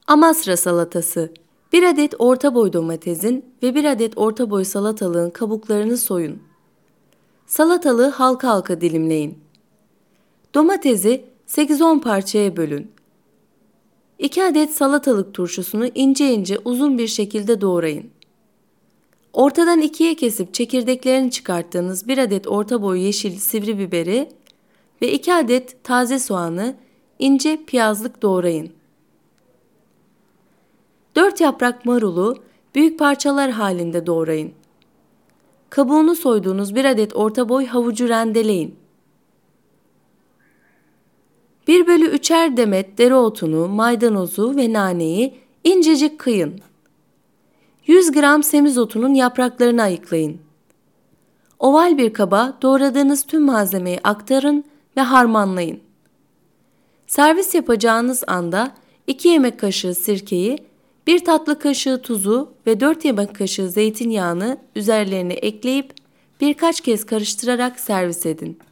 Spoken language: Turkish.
Amasra salatası. 1 adet orta boy domatesin ve 1 adet orta boy salatalığın kabuklarını soyun. Salatalığı halka halka dilimleyin. Domatesi 8-10 parçaya bölün. 2 adet salatalık turşusunu ince ince uzun bir şekilde doğrayın. Ortadan ikiye kesip çekirdeklerini çıkarttığınız 1 adet orta boy yeşil sivri biberi ve 2 adet taze soğanı ince piyazlık doğrayın. 4 yaprak marulu büyük parçalar halinde doğrayın. Kabuğunu soyduğunuz 1 adet orta boy havucu rendeleyin. 1/3'er demet dereotunu, maydanozu ve naneyi incecik kıyın. 100 gram semizotunun yapraklarını ayıklayın. Oval bir kaba doğradığınız tüm malzemeyi aktarın ve harmanlayın. Servis yapacağınız anda 2 yemek kaşığı sirkeyi, 1 tatlı kaşığı tuzu ve 4 yemek kaşığı zeytinyağını üzerlerine ekleyip birkaç kez karıştırarak servis edin.